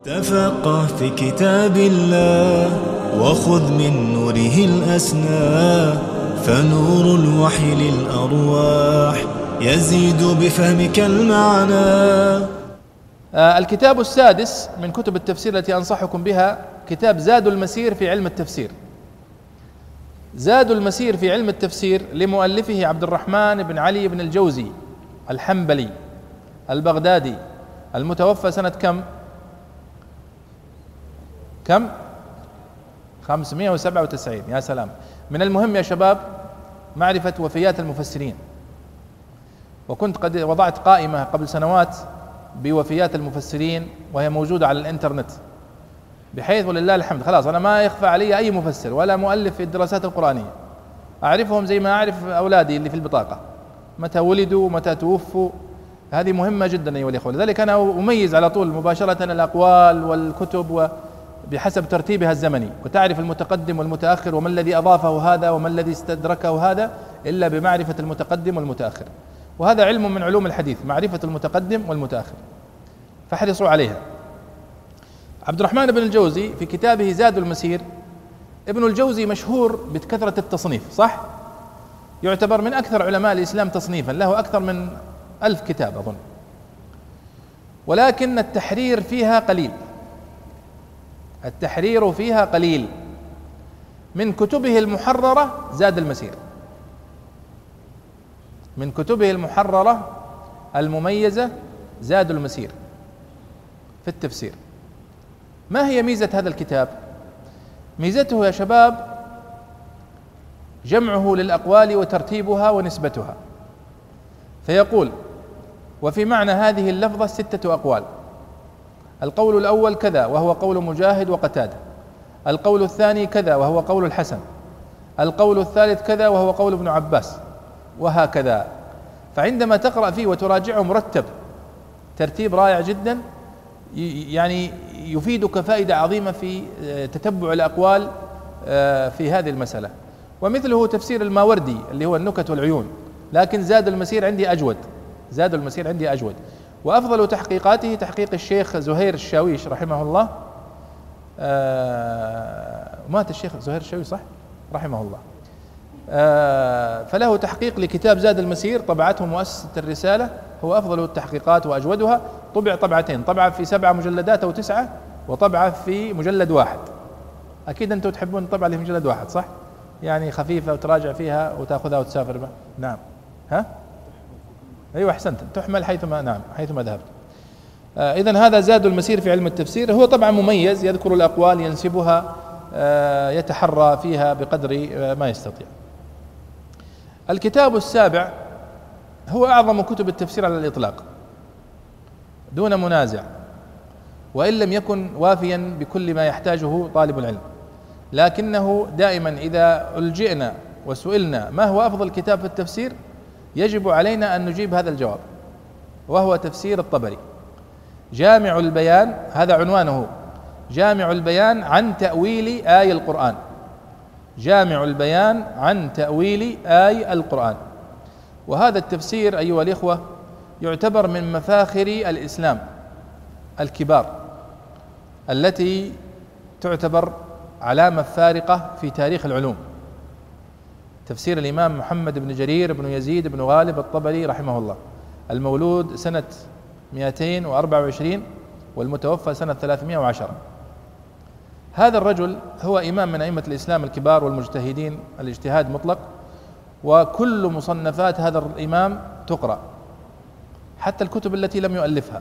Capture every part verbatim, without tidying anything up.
تفقه في كتاب الله وخذ من نوره الأسنى، فنور الوحي للأرواح يزيد بفهمك المعنى. الكتاب السادس من كتب التفسير التي أنصحكم بها كتاب زاد المسير في علم التفسير. زاد المسير في علم التفسير لمؤلفه عبد الرحمن بن علي بن الجوزي الحنبلي البغدادي، المتوفى سنة كم؟ كم؟ خمسمائة وسبعة وتسعين. يا سلام. من المهم يا شباب معرفة وفيات المفسرين، وكنت قد وضعت قائمة قبل سنوات بوفيات المفسرين وهي موجودة على الانترنت، بحيث ولله الحمد خلاص أنا ما يخفى علي أي مفسر ولا مؤلف في الدراسات القرآنية، أعرفهم زي ما أعرف أولادي اللي في البطاقة، متى ولدوا ومتى توفوا. هذه مهمة جدا أيها الإخوة. لذلك أنا أميز على طول مباشرة الأقوال والكتب بحسب ترتيبها الزمني، وتعرف المتقدم والمتأخر وما الذي أضافه هذا وما الذي استدركه هذا إلا بمعرفة المتقدم والمتأخر، وهذا علم من علوم الحديث، معرفة المتقدم والمتأخر، فاحرصوا عليها. عبد الرحمن بن الجوزي في كتابه زاد المسير، ابن الجوزي مشهور بكثرة التصنيف، صح؟ يعتبر من أكثر علماء الإسلام تصنيفا، له أكثر من ألف كتاب أظن، ولكن التحرير فيها قليل، التحرير فيها قليل. من كتبه المحررة زاد المسير، من كتبه المحررة المميزة زاد المسير في التفسير. ما هي ميزة هذا الكتاب؟ ميزته يا شباب جمعه للأقوال وترتيبها ونسبتها، فيقول: وفي معنى هذه اللفظة ستة أقوال. القول الأول كذا وهو قول مجاهد وقتادة، القول الثاني كذا وهو قول الحسن، القول الثالث كذا وهو قول ابن عباس، وهكذا. فعندما تقرأ فيه وتراجعه مرتب ترتيب رائع جدا، يعني يفيدك فائدة عظيمة في تتبع الأقوال في هذه المسألة. ومثله تفسير الماوردي اللي هو النكت والعيون، لكن زاد المسير عندي أجود، زاد المسير عندي أجود. وأفضل تحقيقاته تحقيق الشيخ زهير الشاويش رحمه الله، آه مات الشيخ زهير الشاويش صح؟ رحمه الله. آه فله تحقيق لكتاب زاد المسير طبعته مؤسسة الرسالة، هو أفضل التحقيقات وأجودها. طبع طبعتين، طبعة في سبعة مجلدات أو تسعة، وطبعة في مجلد واحد. أكيد أنتم تحبون الطبعة اللي في مجلد واحد صح؟ يعني خفيفة وتراجع فيها وتأخذها وتسافر بها. نعم. ها؟ أيوة أحسنت، تحمل حيثما نعم حيثما ذهبت. آه إذن هذا زاد المسير في علم التفسير، هو طبعا مميز، يذكر الأقوال ينسبها، آه يتحرى فيها بقدر آه ما يستطيع. الكتاب السابع هو أعظم كتب التفسير على الإطلاق دون منازع، وإن لم يكن وافيا بكل ما يحتاجه طالب العلم، لكنه دائما إذا ألجئنا وسئلنا ما هو أفضل كتاب في التفسير يجب علينا أن نجيب هذا الجواب، وهو تفسير الطبري. جامع البيان، هذا عنوانه، جامع البيان عن تأويل آي القرآن، جامع البيان عن تأويل آي القرآن. وهذا التفسير أيها الإخوة يعتبر من مفاخر الإسلام الكبار، التي تعتبر علامة فارقة في تاريخ العلوم. تفسير الإمام محمد بن جرير بن يزيد بن غالب الطبري رحمه الله، المولود سنة مئتين وأربعة وعشرين والمتوفى سنة ثلاثمائة وعشرة. هذا الرجل هو إمام من أئمة الإسلام الكبار والمجتهدين الاجتهاد مطلق، وكل مصنفات هذا الإمام تقرأ، حتى الكتب التي لم يؤلفها،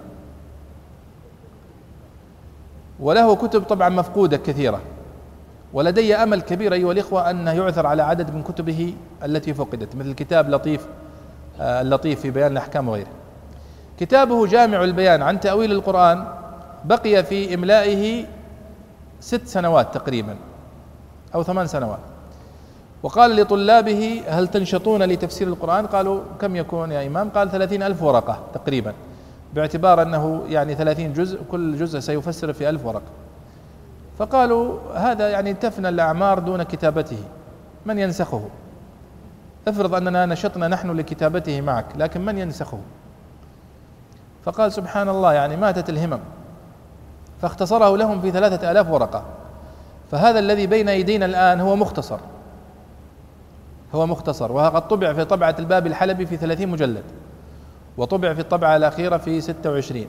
وله كتب طبعا مفقودة كثيرة، ولدي أمل كبير أيها الإخوة أنه يعثر على عدد من كتبه التي فقدت، مثل كتاب لطيف اللطيف في بيان الأحكام وغيره. كتابه جامع البيان عن تأويل القرآن بقي في إملائه ست سنوات تقريبا أو ثمان سنوات، وقال لطلابه: هل تنشطون لتفسير القرآن؟ قالوا: كم يكون يا إمام؟ قال: ثلاثين ألف ورقة تقريبا، باعتبار أنه يعني ثلاثين جزء، كل جزء سيفسر في ألف ورقة. فقالوا: هذا يعني تفنى الأعمار دون كتابته، من ينسخه؟ افرض أننا نشطنا نحن لكتابته معك، لكن من ينسخه؟ فقال: سبحان الله، يعني ماتت الهمم، فاختصره لهم في ثلاثة آلاف ورقة. فهذا الذي بين أيدينا الآن هو مختصر، هو مختصر، وقد طبع في طبعة الباب الحلبي في ثلاثين مجلد، وطبع في الطبعة الأخيرة في ستة وعشرين.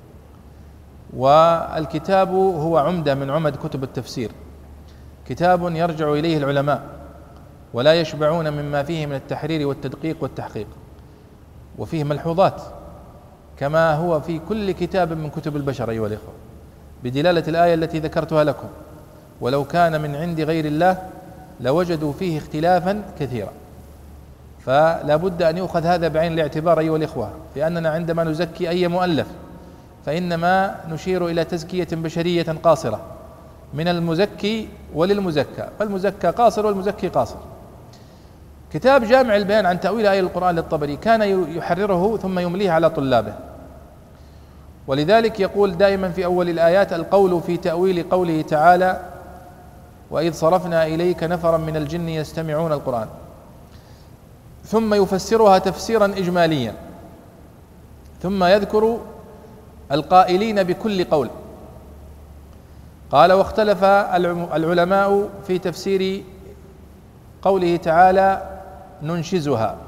والكتاب هو عمدة من عمد كتب التفسير، كتاب يرجع إليه العلماء ولا يشبعون مما فيه من التحرير والتدقيق والتحقيق، وفيه ملحوظات كما هو في كل كتاب من كتب البشر أيها الإخوة، بدلالة الآية التي ذكرتها لكم: ولو كان من عند غير الله لوجدوا فيه اختلافا كثيرا. فلا بد أن يؤخذ هذا بعين الاعتبار أيها الإخوة، لأننا عندما نزكي أي مؤلف فإنما نشير إلى تزكية بشرية قاصرة من المزكي وللمزكى، فالمزكى قاصر والمزكي قاصر. كتاب جامع البيان عن تأويل آية القرآن للطبري كان يحرره ثم يمليه على طلابه، ولذلك يقول دائما في أول الآيات: القول في تأويل قوله تعالى: وإذ صرفنا إليك نفرا من الجن يستمعون القرآن، ثم يفسرها تفسيرا إجماليا، ثم يذكر القائلين بكل قول. قال: واختلف العلماء في تفسير قوله تعالى: ننشزها،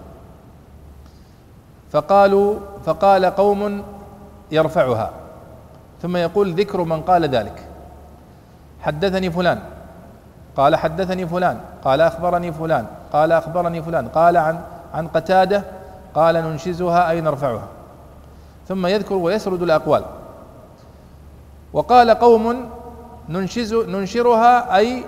فقالوا فقال قوم: يرفعها، ثم يقول ذكر من قال ذلك: حدثني فلان، قال حدثني فلان، قال أخبرني فلان، قال أخبرني فلان، قال عن عن قتادة قال: ننشزها أي نرفعها، ثم يذكر ويسرد الأقوال. وقال قوم: ننشز ننشرها أي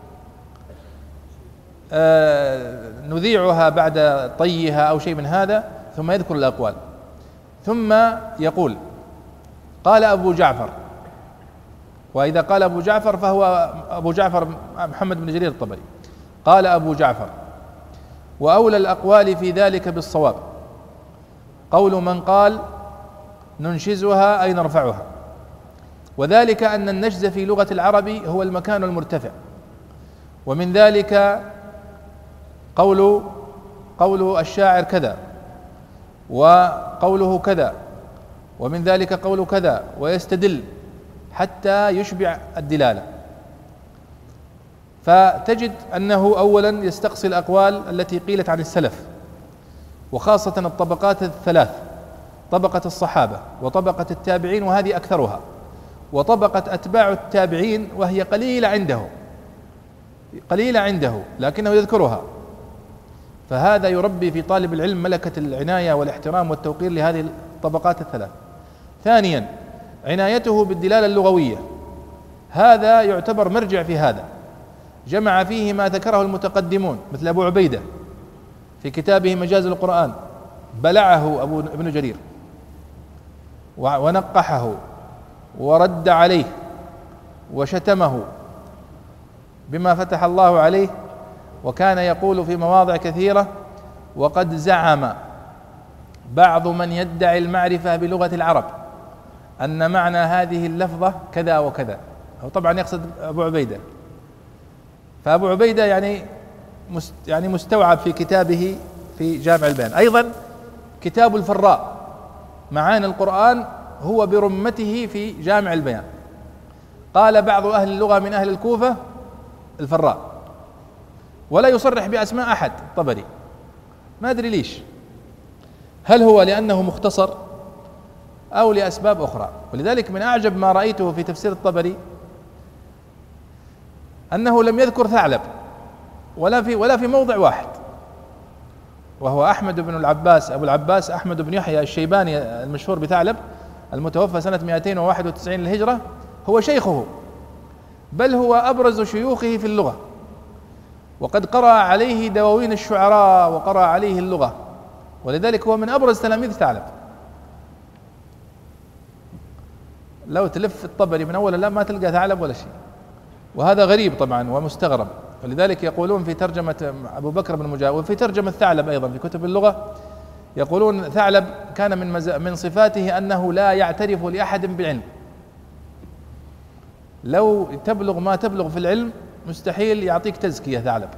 آه نذيعها بعد طيها أو شيء من هذا، ثم يذكر الأقوال، ثم يقول: قال أبو جعفر. وإذا قال أبو جعفر فهو أبو جعفر محمد بن جرير الطبري. قال أبو جعفر: وأولى الأقوال في ذلك بالصواب قول من قال: ننشزها أي نرفعها، وذلك أن النشز في لغة العرب هو المكان المرتفع، ومن ذلك قول قول الشاعر كذا، وقوله كذا، ومن ذلك قول كذا، ويستدل حتى يشبع الدلالة. فتجد أنه أولا يستقصي الأقوال التي قيلت عن السلف، وخاصة الطبقات الثلاث: طبقة الصحابة، وطبقة التابعين وهذه أكثرها، وطبقة أتباع التابعين وهي قليلة عنده قليلة عنده لكنه يذكرها. فهذا يربي في طالب العلم ملكة العناية والاحترام والتوقير لهذه الطبقات الثلاث. ثانيا عنايته بالدلالة اللغوية، هذا يعتبر مرجع في هذا، جمع فيه ما ذكره المتقدمون مثل أبو عبيدة في كتابه مجاز القرآن، بلعه أبو ابن جرير ونقحه ورد عليه وشتمه بما فتح الله عليه، وكان يقول في مواضع كثيرة: وقد زعم بعض من يدعي المعرفة بلغة العرب أن معنى هذه اللفظة كذا وكذا. هو طبعا يقصد أبو عبيدة. فأبو عبيدة يعني يعني مستوعب في كتابه في جامع البيان. أيضا كتاب الفراء معاني القرآن هو برمته في جامع البيان. قال بعض أهل اللغة من أهل الكوفة الفراء، ولا يصرح بأسماء أحد الطبري، ما أدري ليش، هل هو لأنه مختصر أو لأسباب أخرى. ولذلك من أعجب ما رأيته في تفسير الطبري أنه لم يذكر ثعلب ولا في ولا في موضع واحد، وهو أحمد بن العباس أبو العباس أحمد بن يحيى الشيباني المشهور بثعلب، المتوفى سنة مئتين وواحد وتسعين للهجرة، هو شيخه، بل هو أبرز شيوخه في اللغة، وقد قرأ عليه دواوين الشعراء وقرأ عليه اللغة، ولذلك هو من أبرز تلاميذ ثعلب. لو تلف الطبري من أول لا ما تلقى ثعلب ولا شيء، وهذا غريب طبعا ومستغرب. ولذلك يقولون في ترجمة أبو بكر بن مجاهد وفي ترجمة ثعلب أيضا في كتب اللغة، يقولون ثعلب كان من مز... من صفاته أنه لا يعترف لأحد بعلم، لو تبلغ ما تبلغ في العلم مستحيل يعطيك تزكية ثعلب،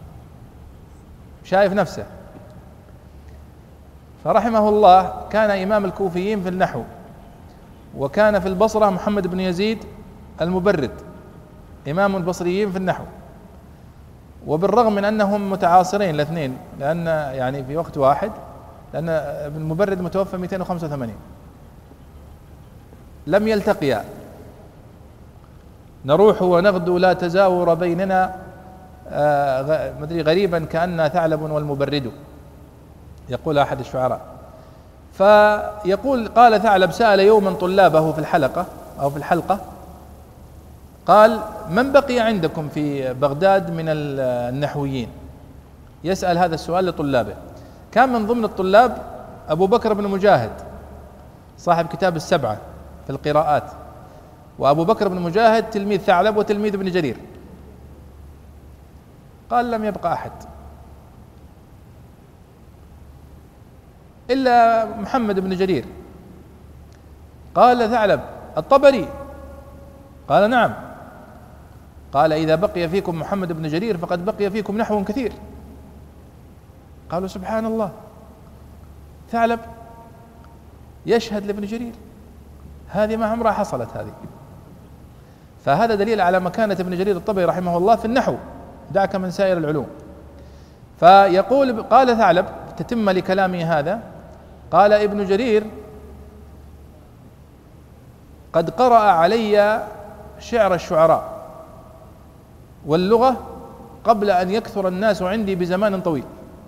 شايف نفسه. فرحمه الله كان إمام الكوفيين في النحو، وكان في البصرة محمد بن يزيد المبرد إمام البصريين في النحو، وبالرغم من أنهم متعاصرين الاثنين، لأن يعني في وقت واحد، لأن ابن المبرد متوفى مئتين وخمسة وثمانين، لم يلتقيا. نروح ونغدو لا تزاور بيننا آه مدري غريبا كأن ثعلب والمبرد، يقول أحد الشعراء. فيقول قال ثعلب سأل يوما طلابه في الحلقة أو في الحلقة، قال من بقي عندكم في بغداد من النحويين؟ يسأل هذا السؤال لطلابه. كان من ضمن الطلاب أبو بكر بن مجاهد صاحب كتاب السبعة في القراءات، وأبو بكر بن مجاهد تلميذ ثعلب وتلميذ ابن جرير. قال لم يبقى أحد إلا محمد بن جرير. قال ثعلب الطبري؟ قال نعم. قال إذا بقي فيكم محمد بن جرير فقد بقي فيكم نحو كثير. قالوا سبحان الله، ثعلب يشهد لابن جرير، هذه ما عمرها حصلت هذه. فهذا دليل على مكانة ابن جرير الطبري رحمه الله في النحو، دعك من سائر العلوم. فيقول قال ثعلب تتم لكلامي هذا، قال ابن جرير قد قرأ علي شعر الشعراء واللغة قبل أن يكثر الناس عندي بزمان طويل.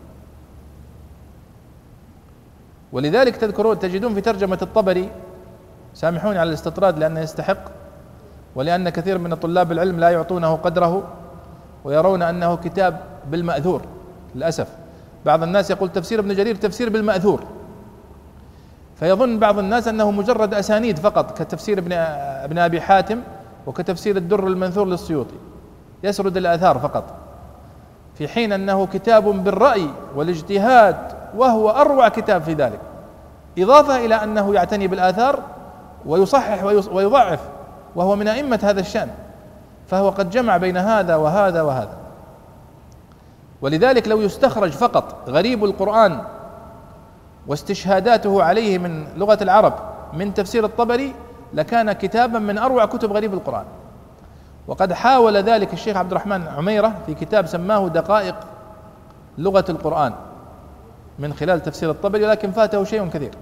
ولذلك تذكرون تجدون في ترجمة الطبري، سامحوني على الاستطراد لأنه يستحق، ولأن كثير من طلاب العلم لا يعطونه قدره ويرون أنه كتاب بالمأثور. للأسف بعض الناس يقول تفسير ابن جرير تفسير بالمأثور، فيظن بعض الناس أنه مجرد أسانيد فقط كتفسير ابن ابن أبي حاتم وكتفسير الدر المنثور للسيوطي، يسرد الآثار فقط، في حين أنه كتاب بالرأي والاجتهاد، وهو أروع كتاب في ذلك، إضافة إلى أنه يعتني بالآثار ويصحح ويضعف، وهو من أئمة هذا الشأن، فهو قد جمع بين هذا وهذا وهذا. ولذلك لو يستخرج فقط غريب القرآن واستشهاداته عليه من لغة العرب من تفسير الطبري لكان كتابا من أروع كتب غريب القرآن. وقد حاول ذلك الشيخ عبد الرحمن عميرة في كتاب سماه دقائق لغة القرآن من خلال تفسير الطبري، ولكن فاته شيء كثير.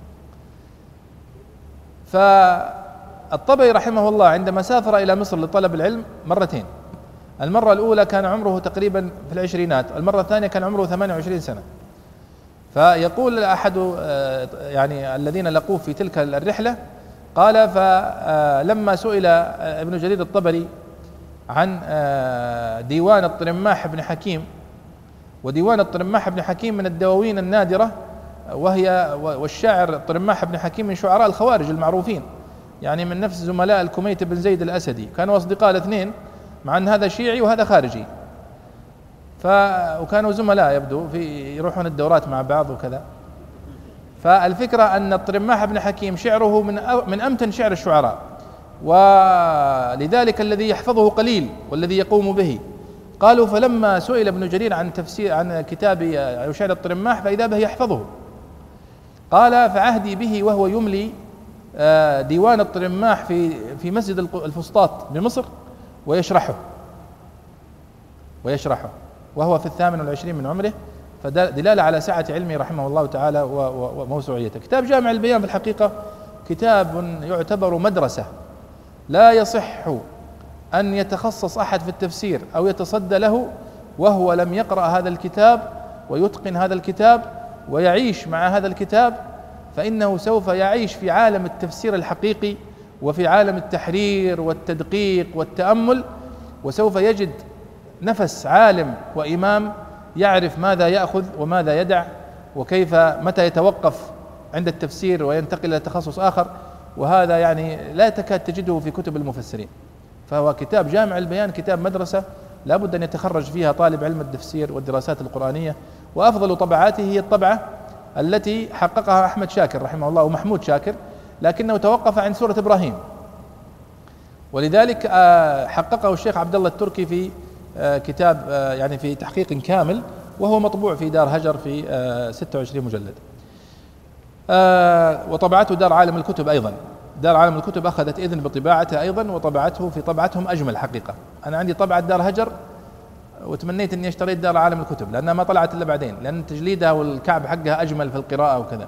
فالطبري رحمه الله عندما سافر إلى مصر لطلب العلم مرتين، المرة الأولى كان عمره تقريبا في العشرينات، المرة الثانية كان عمره ثمانية وعشرين سنة. فيقول أحد يعني الذين لقوه في تلك الرحلة، قال فلما سئل ابن جرير الطبري عن ديوان الطرماح بن حكيم، وديوان الطرماح بن حكيم من الدواوين النادرة، وهي والشاعر الطرماح بن حكيم من شعراء الخوارج المعروفين، يعني من نفس زملاء الكميت بن زيد الأسدي، كانوا أصدقاء الاثنين، مع أن هذا شيعي وهذا خارجي، ف وكانوا زملاء يبدو في يروحون الدورات مع بعض وكذا. فالفكرة أن الطرماح بن حكيم شعره من من أمتن شعر الشعراء، ولذلك الذي يحفظه قليل والذي يقوم به. قالوا فلما سئل ابن جرير عن تفسير عن كتاب شعر الطرماح فإذا به يحفظه، قال فعهدي به وهو يملي ديوان الطرماح في في مسجد الفسطاط بمصر ويشرحه ويشرحه وهو في الثامن والعشرين من عمره، فدلالة على سعة علمه رحمه الله تعالى وموسوعيته. كتاب جامع البيان في الحقيقة كتاب يعتبر مدرسة، لا يصح أن يتخصص أحد في التفسير أو يتصدى له وهو لم يقرأ هذا الكتاب ويتقن هذا الكتاب ويعيش مع هذا الكتاب، فإنه سوف يعيش في عالم التفسير الحقيقي وفي عالم التحرير والتدقيق والتأمل، وسوف يجد نفس عالم وإمام يعرف ماذا يأخذ وماذا يدع، وكيف متى يتوقف عند التفسير وينتقل إلى تخصص آخر، وهذا يعني لا تكاد تجده في كتب المفسرين. فهو كتاب جامع البيان كتاب مدرسة لا بد أن يتخرج فيها طالب علم التفسير والدراسات القرآنية، وأفضل طبعاته هي الطبعة التي حققها أحمد شاكر رحمه الله ومحمود شاكر، لكنه توقف عند سورة إبراهيم، ولذلك حققه الشيخ عبد الله التركي في كتاب يعني في تحقيق كامل، وهو مطبوع في دار هجر في ستة وعشرين مجلد، وطبعته دار عالم الكتب أيضا. دار عالم الكتب أخذت إذن بطباعته أيضا وطبعته في طبعتهم أجمل حقيقة. أنا عندي طبعة دار هجر وتمنيت أني اشتريت دار عالم الكتب لأنها ما طلعت إلا بعدين، لأن تجليدها والكعب حقها أجمل في القراءة وكذا.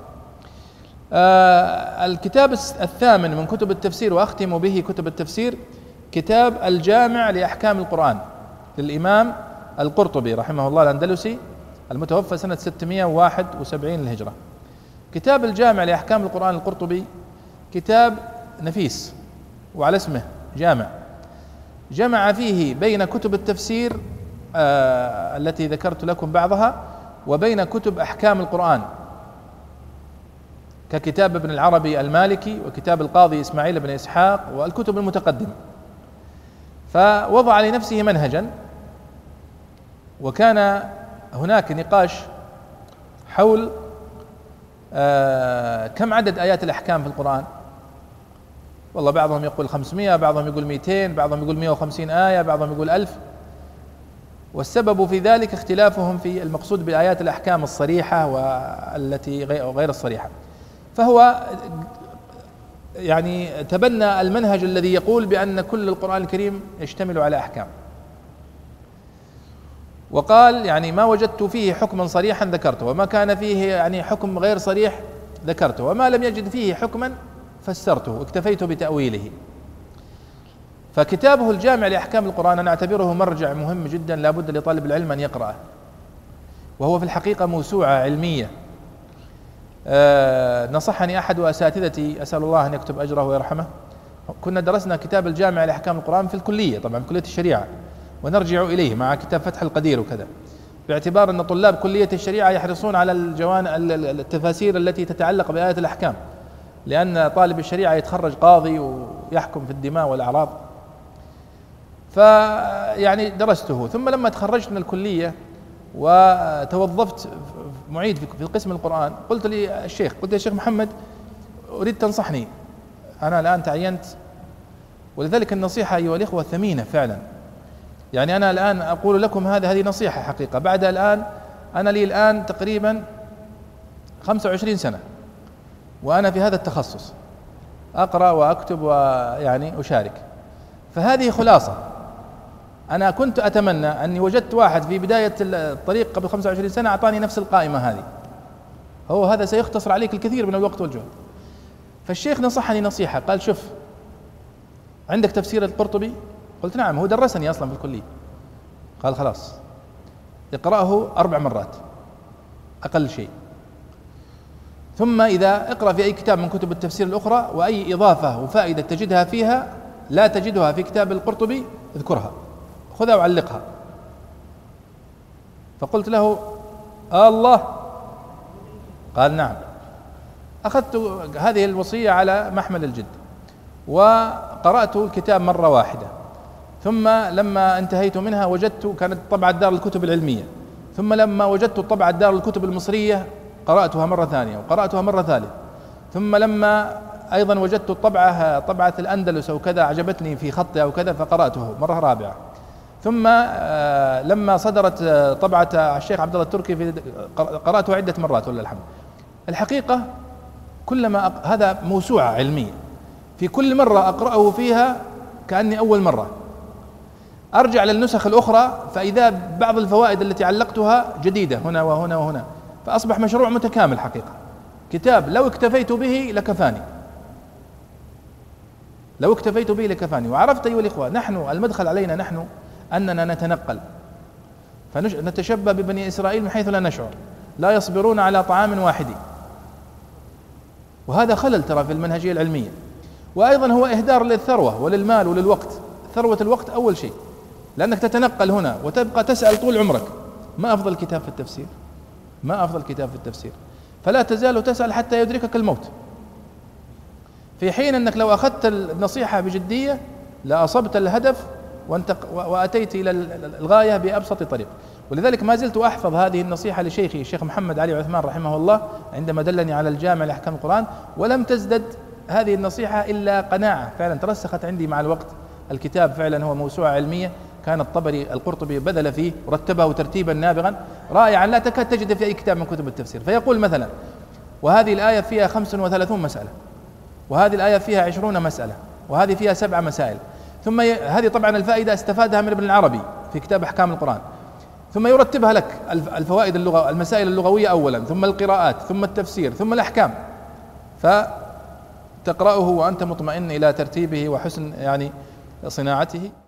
آه الكتاب الثامن من كتب التفسير وأختم به كتب التفسير كتاب الجامع لأحكام القرآن للإمام القرطبي رحمه الله الأندلسي المتوفى سنة ستمائة وواحد وسبعين للهجرة. كتاب الجامع لأحكام القرآن القرطبي كتاب نفيس وعلى اسمه جامع، جمع فيه بين كتب التفسير آه التي ذكرت لكم بعضها وبين كتب أحكام القرآن ككتاب ابن العربي المالكي وكتاب القاضي إسماعيل بن إسحاق والكتب المتقدمة. فوضع لنفسه منهجا، وكان هناك نقاش حول آه كم عدد آيات الأحكام في القرآن. والله بعضهم يقول خمسمائة، بعضهم يقول مئتين، بعضهم يقول مئة وخمسين آية، بعضهم يقول ألف. والسبب في ذلك اختلافهم في المقصود بآيات الأحكام الصريحة والتي غير الصريحة. فهو يعني تبنى المنهج الذي يقول بأن كل القرآن الكريم يشتمل على أحكام، وقال يعني ما وجدت فيه حكما صريحا ذكرته، وما كان فيه يعني حكم غير صريح ذكرته، وما لم يجد فيه حكما فسرته واكتفيت بتأويله. فكتابه الجامع لأحكام القرآن أنا أعتبره مرجع مهم جدا لا بد لطالب العلم أن يقرأه، وهو في الحقيقة موسوعة علمية. أه نصحني أحد أساتذتي أسأل الله أن يكتب أجره ويرحمه، كنا درسنا كتاب الجامع لأحكام القرآن في الكلية، طبعا في كلية الشريعة، ونرجع إليه مع كتاب فتح القدير وكذا، باعتبار أن طلاب كلية الشريعة يحرصون على الجوان التفاسير التي تتعلق بآيات الأحكام، لأن طالب الشريعة يتخرج قاضي ويحكم في الدماء والأعراض. فيعني درسته، ثم لما تخرجت من الكلية وتوظفت معيد في قسم القرآن قلت لي الشيخ قلت يا شيخ محمد أريد تنصحني، أنا الآن تعينت، ولذلك النصيحة أيها الإخوة ثمينة فعلا. يعني أنا الآن أقول لكم هذا هذه نصيحة حقيقة، بعد الآن أنا لي الآن تقريبا خمسة وعشرين سنة وأنا في هذا التخصص أقرأ وأكتب ويعني أشارك، فهذه خلاصة. أنا كنت أتمنى أني وجدت واحد في بداية الطريق قبل خمسة وعشرين سنة أعطاني نفس القائمة هذه، هو هذا سيختصر عليك الكثير من الوقت والجهد. فالشيخ نصحني نصيحة، قال شوف عندك تفسير القرطبي؟ قلت نعم، هو درسني أصلا في الكلية. قال خلاص اقرأه أربع مرات أقل شيء، ثم إذا اقرأ في أي كتاب من كتب التفسير الأخرى وأي إضافة وفائدة تجدها فيها لا تجدها في كتاب القرطبي اذكرها، خذها وعلقها. فقلت له آه الله؟ قال نعم. أخذت هذه الوصية على محمل الجد وقرأت الكتاب مرة واحدة، ثم لما انتهيت منها وجدت كانت طبعة دار الكتب العلمية، ثم لما وجدت طبعة دار الكتب المصرية قرأتها مرة ثانية وقرأتها مرة ثالثة، ثم لما أيضا وجدت الطبعة طبعة الأندلس أو كذا عجبتني في خطها أو كذا فقرأته مرة رابعة، ثم لما صدرت طبعة الشيخ عبد الله التركي في قرأته عدة مرات ولله الحمد. الحقيقة كلما أق... هذا موسوعة علمية، في كل مرة أقرأه فيها كأني أول مرة، أرجع للنسخ الأخرى فإذا بعض الفوائد التي علقتها جديدة هنا وهنا وهنا، فأصبح مشروع متكامل حقيقة، كتاب لو اكتفيت به لكفاني، لو اكتفيت به لكفاني. وعرفت أيها الإخوة نحن المدخل علينا نحن أننا نتنقل فنتشبه ببني إسرائيل من حيث لا نشعر، لا يصبرون على طعام واحد، وهذا خلل ترى في المنهجية العلمية. وأيضا هو إهدار للثروة وللمال وللوقت، ثروة الوقت أول شيء، لأنك تتنقل هنا وتبقى تسأل طول عمرك ما أفضل كتاب في التفسير، ما أفضل كتاب في التفسير، فلا تزال تسأل حتى يدركك الموت، في حين أنك لو أخذت النصيحة بجدية لأصبت الهدف وأتيت إلى الغاية بأبسط طريق. ولذلك ما زلت أحفظ هذه النصيحة لشيخي الشيخ محمد علي عثمان رحمه الله عندما دلني على الجامع لأحكام القرآن، ولم تزدد هذه النصيحة إلا قناعة فعلا ترسخت عندي مع الوقت. الكتاب فعلا هو موسوعة علمية، كان الطبري القرطبي بذل فيه رتبه ترتيبا نابغا رائعا لا تكاد تجد في أي كتاب من كتب التفسير. فيقول مثلا وهذه الآية فيها خمس وثلاثون مسألة، وهذه الآية فيها عشرون مسألة، وهذه فيها سبع مسائل. ثم ي... هذه طبعا الفائدة استفادها من ابن العربي في كتاب أحكام القرآن، ثم يرتبها لك الفوائد اللغة المسائل اللغوية أولا، ثم القراءات، ثم التفسير، ثم الأحكام، فتقرأه وأنت مطمئن إلى ترتيبه وحسن يعني صناعته.